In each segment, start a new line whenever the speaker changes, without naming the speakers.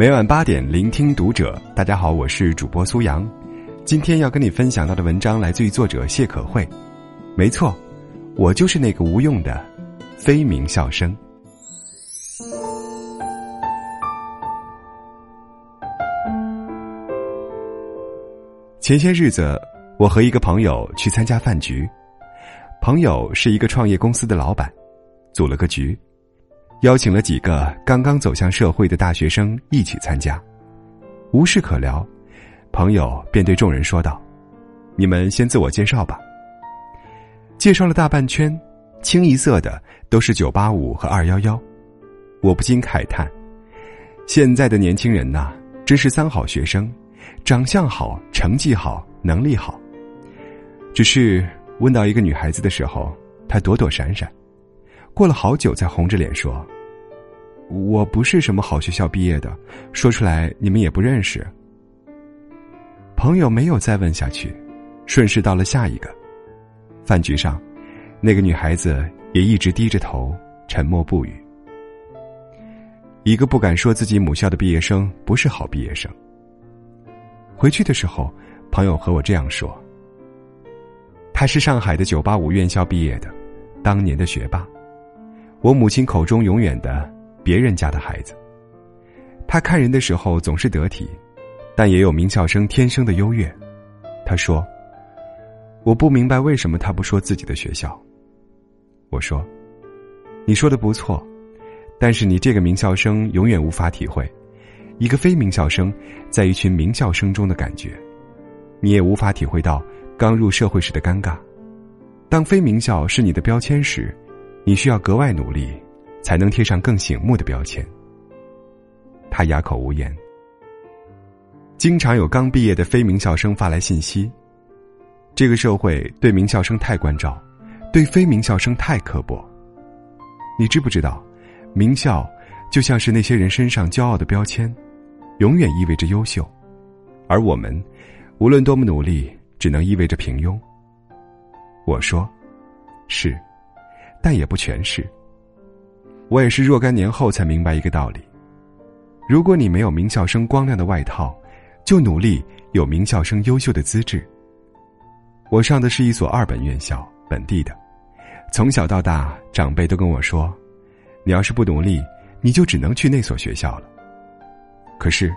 每晚8点聆听读者，大家好，我是主播苏阳。今天要跟你分享到的文章来自于作者谢可慧。没错，我就是那个无用的非名校生。前些日子，我和一个朋友去参加饭局。朋友是一个创业公司的老板，组了个局，邀请了几个刚刚走向社会的大学生一起参加。无事可聊，朋友便对众人说道：“你们先自我介绍吧。”介绍了大半圈，清一色的都是985和211。我不禁慨叹，现在的年轻人呐，真是三好学生，长相好，成绩好，能力好。只是问到一个女孩子的时候，她躲躲闪闪，过了好久才红着脸说：“我不是什么好学校毕业的，说出来你们也不认识。”朋友没有再问下去，顺势到了下一个。饭局上，那个女孩子也一直低着头，沉默不语。一个不敢说自己母校的毕业生不是好毕业生。回去的时候，朋友和我这样说：“他是上海的985院校毕业的，当年的学霸，我母亲口中永远的别人家的孩子。他看人的时候总是得体，但也有名校生天生的优越。”他说：“我不明白为什么他不说自己的学校。”我说：“你说的不错，但是你这个名校生永远无法体会一个非名校生在一群名校生中的感觉，你也无法体会到刚入社会时的尴尬。当非名校是你的标签时，你需要格外努力，才能贴上更醒目的标签。”他哑口无言。经常有刚毕业的非名校生发来信息，这个社会对名校生太关照，对非名校生太刻薄。你知不知道，名校就像是那些人身上骄傲的标签，永远意味着优秀，而我们无论多么努力，只能意味着平庸。我说：“是，但也不全是。”我也是若干年后才明白一个道理：如果你没有名校生光亮的外套，就努力有名校生优秀的资质。我上的是一所2本院校，本地的，从小到大长辈都跟我说，你要是不努力，你就只能去那所学校了。可是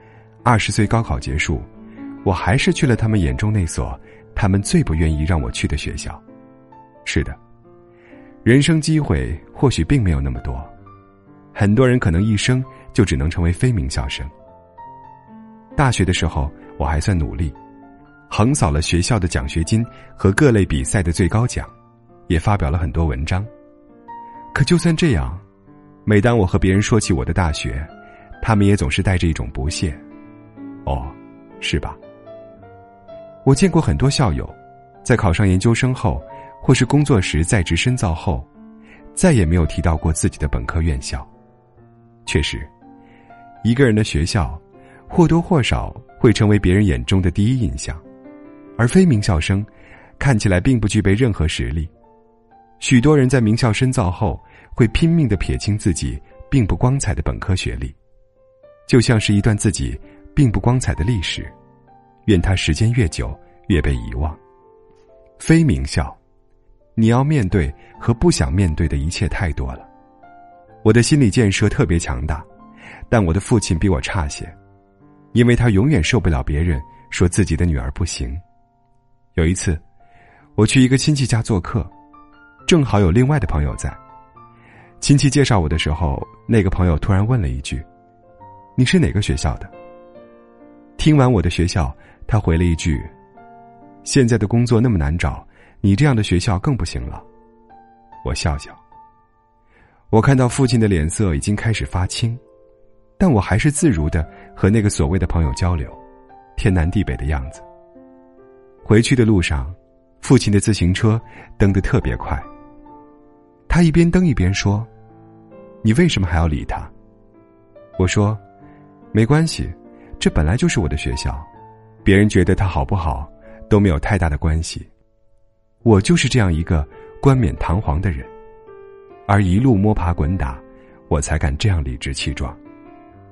20岁高考结束，我还是去了他们眼中那所他们最不愿意让我去的学校。是的，人生机会或许并没有那么多，很多人可能一生就只能成为非名校生。大学的时候我还算努力，横扫了学校的奖学金和各类比赛的最高奖，也发表了很多文章。可就算这样，每当我和别人说起我的大学，他们也总是带着一种不屑。哦，是吧？我见过很多校友，在考上研究生后，或是工作时在职深造后，再也没有提到过自己的本科院校。确实，一个人的学校或多或少会成为别人眼中的第一印象，而非名校生看起来并不具备任何实力。许多人在名校深造后，会拼命地撇清自己并不光彩的本科学历，就像是一段自己并不光彩的历史，愿它时间越久越被遗忘。非名校，你要面对和不想面对的一切太多了。我的心理建设特别强大，但我的父亲比我差些，因为他永远受不了别人说自己的女儿不行。有一次，我去一个亲戚家做客，正好有另外的朋友在。亲戚介绍我的时候，那个朋友突然问了一句：“你是哪个学校的？”听完我的学校，他回了一句：“现在的工作那么难找，你这样的学校更不行了。”我笑笑。我看到父亲的脸色已经开始发青，但我还是自如地和那个所谓的朋友交流，天南地北的样子。回去的路上，父亲的自行车蹬得特别快，他一边蹬一边说：“你为什么还要理他？”我说：“没关系，这本来就是我的学校，别人觉得他好不好都没有太大的关系。我就是这样一个冠冕堂皇的人，而一路摸爬滚打，我才敢这样理直气壮。”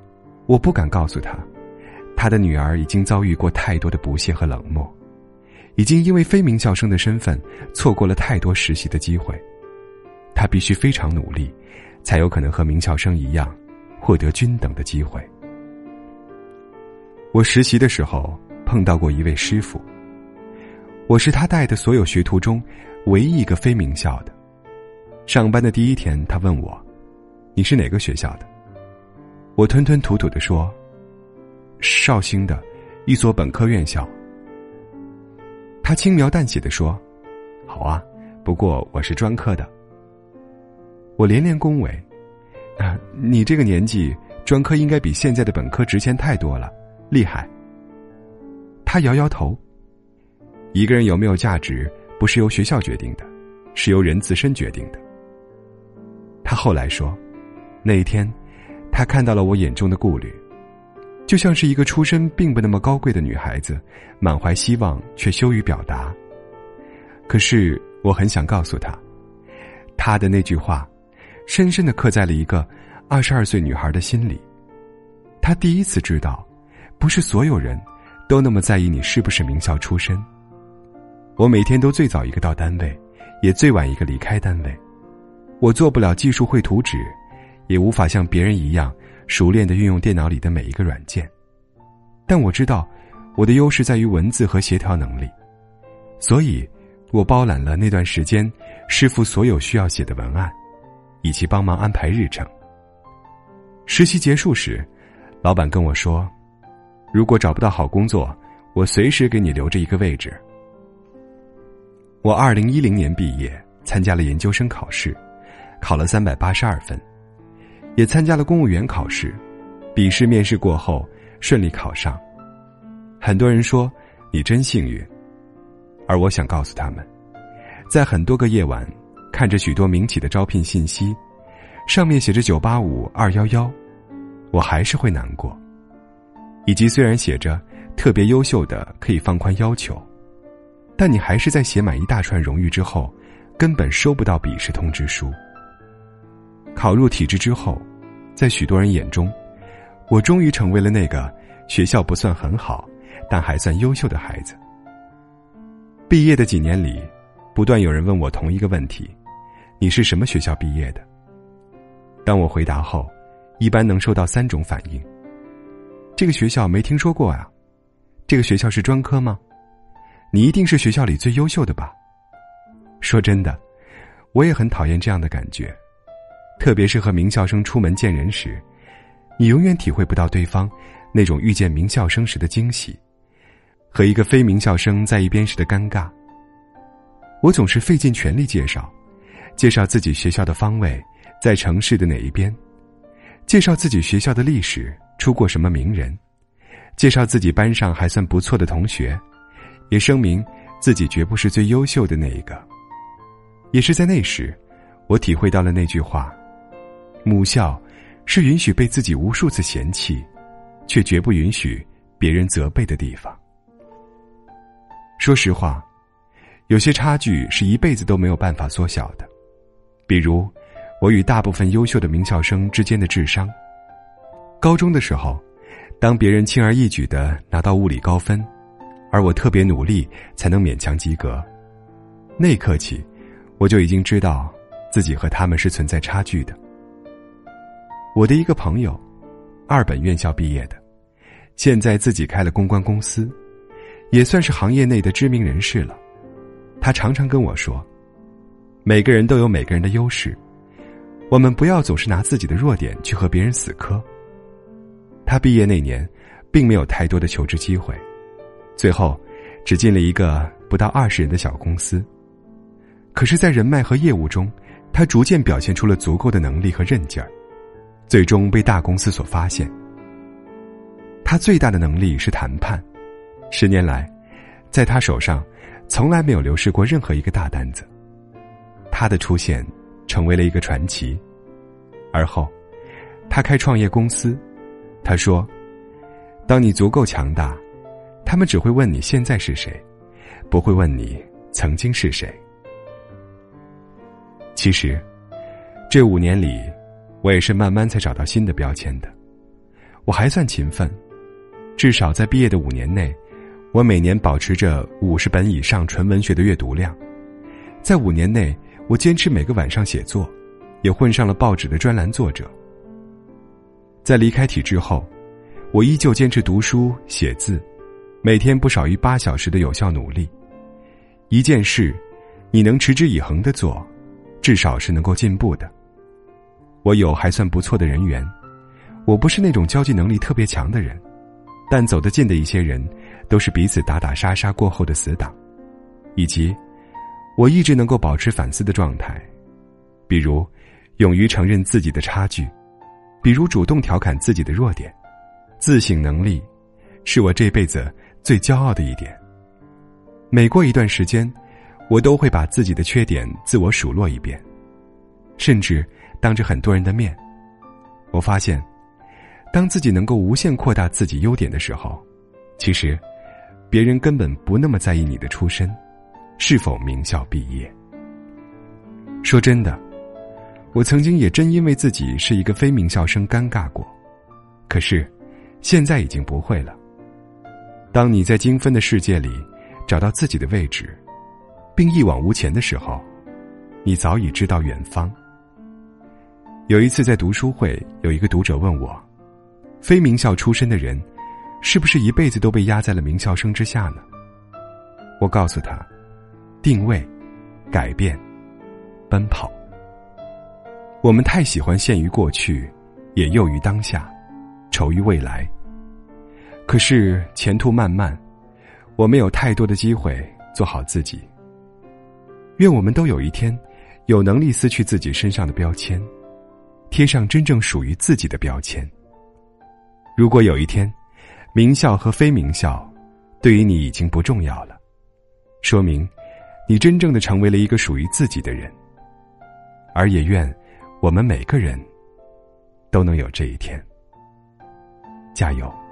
我不敢告诉他，他的女儿已经遭遇过太多的不屑和冷漠，已经因为非名校生的身份错过了太多实习的机会。他必须非常努力，才有可能和名校生一样获得均等的机会。我实习的时候碰到过一位师傅，我是他带的所有学徒中唯一一个非名校的。上班的第一天，他问我：“你是哪个学校的？”我吞吞吐吐地说：“绍兴的一所本科院校。”他轻描淡写地说：“好啊，不过我是专科的。”我连连恭维：“你这个年纪，专科应该比现在的本科值钱太多了，厉害。”他摇摇头：“一个人有没有价值，不是由学校决定的，是由人自身决定的。”他后来说，那一天他看到了我眼中的顾虑，就像是一个出身并不那么高贵的女孩子，满怀希望却羞于表达。可是我很想告诉她，她的那句话深深地刻在了一个22岁女孩的心里。她第一次知道，不是所有人都那么在意你是不是名校出身。我每天都最早一个到单位，也最晚一个离开单位。我做不了技术绘图纸，也无法像别人一样熟练地运用电脑里的每一个软件。但我知道，我的优势在于文字和协调能力，所以我包揽了那段时间师傅所有需要写的文案，以及帮忙安排日程。实习结束时，老板跟我说，如果找不到好工作，我随时给你留着一个位置。我2010年毕业，参加了研究生考试，考了382分，也参加了公务员考试，笔试面试过后顺利考上。很多人说你真幸运，而我想告诉他们，在很多个夜晚，看着许多民企的招聘信息，上面写着985、211，我还是会难过。以及虽然写着特别优秀的可以放宽要求，但你还是在写满一大串荣誉之后，根本收不到笔试通知书。考入体制之后，在许多人眼中，我终于成为了那个学校不算很好，但还算优秀的孩子。毕业的几年里，不断有人问我同一个问题：你是什么学校毕业的？当我回答后，一般能收到3种反应：这个学校没听说过啊，这个学校是专科吗？你一定是学校里最优秀的吧？说真的，我也很讨厌这样的感觉，特别是和名校生出门见人时，你永远体会不到对方那种遇见名校生时的惊喜，和一个非名校生在一边时的尴尬。我总是费尽全力介绍自己学校的方位在城市的哪一边，介绍自己学校的历史出过什么名人，介绍自己班上还算不错的同学，也声明自己绝不是最优秀的那一个。也是在那时，我体会到了那句话：母校是允许被自己无数次嫌弃，却绝不允许别人责备的地方。说实话，有些差距是一辈子都没有办法缩小的，比如我与大部分优秀的名校生之间的智商。高中的时候，当别人轻而易举地拿到物理高分，而我特别努力才能勉强及格，那一刻起，我就已经知道自己和他们是存在差距的。我的一个朋友，2本院校毕业的，现在自己开了公关公司，也算是行业内的知名人士了。他常常跟我说，每个人都有每个人的优势，我们不要总是拿自己的弱点去和别人死磕。他毕业那年并没有太多的求职机会，最后只进了一个不到20人的小公司。可是在人脉和业务中，他逐渐表现出了足够的能力和韧劲儿，最终被大公司所发现。他最大的能力是谈判，10年来，在他手上从来没有流失过任何一个大单子。他的出现成为了一个传奇。而后他开创业公司，他说，当你足够强大，他们只会问你现在是谁，不会问你曾经是谁。其实这5年里，我也是慢慢才找到新的标签的。 我还算勤奋，至少在毕业的5年内，我每年保持着50本以上纯文学的阅读量。在5年内，我坚持每个晚上写作，也混上了报纸的专栏作者。在离开体制后，我依旧坚持读书写字，每天不少于8小时的有效努力。一件事你能持之以恒地做，至少是能够进步的。我有还算不错的人缘，我不是那种交际能力特别强的人，但走得近的一些人都是彼此打打杀杀过后的死党。以及我一直能够保持反思的状态，比如勇于承认自己的差距，比如主动调侃自己的弱点。自省能力是我这辈子最骄傲的一点。每过一段时间，我都会把自己的缺点自我数落一遍，甚至当着很多人的面。我发现，当自己能够无限扩大自己优点的时候，其实别人根本不那么在意你的出身是否名校毕业。说真的，我曾经也真因为自己是一个非名校生尴尬过，可是现在已经不会了。当你在精分的世界里找到自己的位置，并一往无前的时候，你早已知道远方。有一次在读书会，有一个读者问我，非名校出身的人是不是一辈子都被压在了名校生之下呢？我告诉他，定位、改变、奔跑。我们太喜欢陷于过去，也囿于当下，愁于未来。可是前途漫漫，我们有太多的机会做好自己。愿我们都有一天有能力撕去自己身上的标签，贴上真正属于自己的标签。如果有一天名校和非名校对于你已经不重要了，说明你真正的成为了一个属于自己的人。而也愿我们每个人都能有这一天。加油。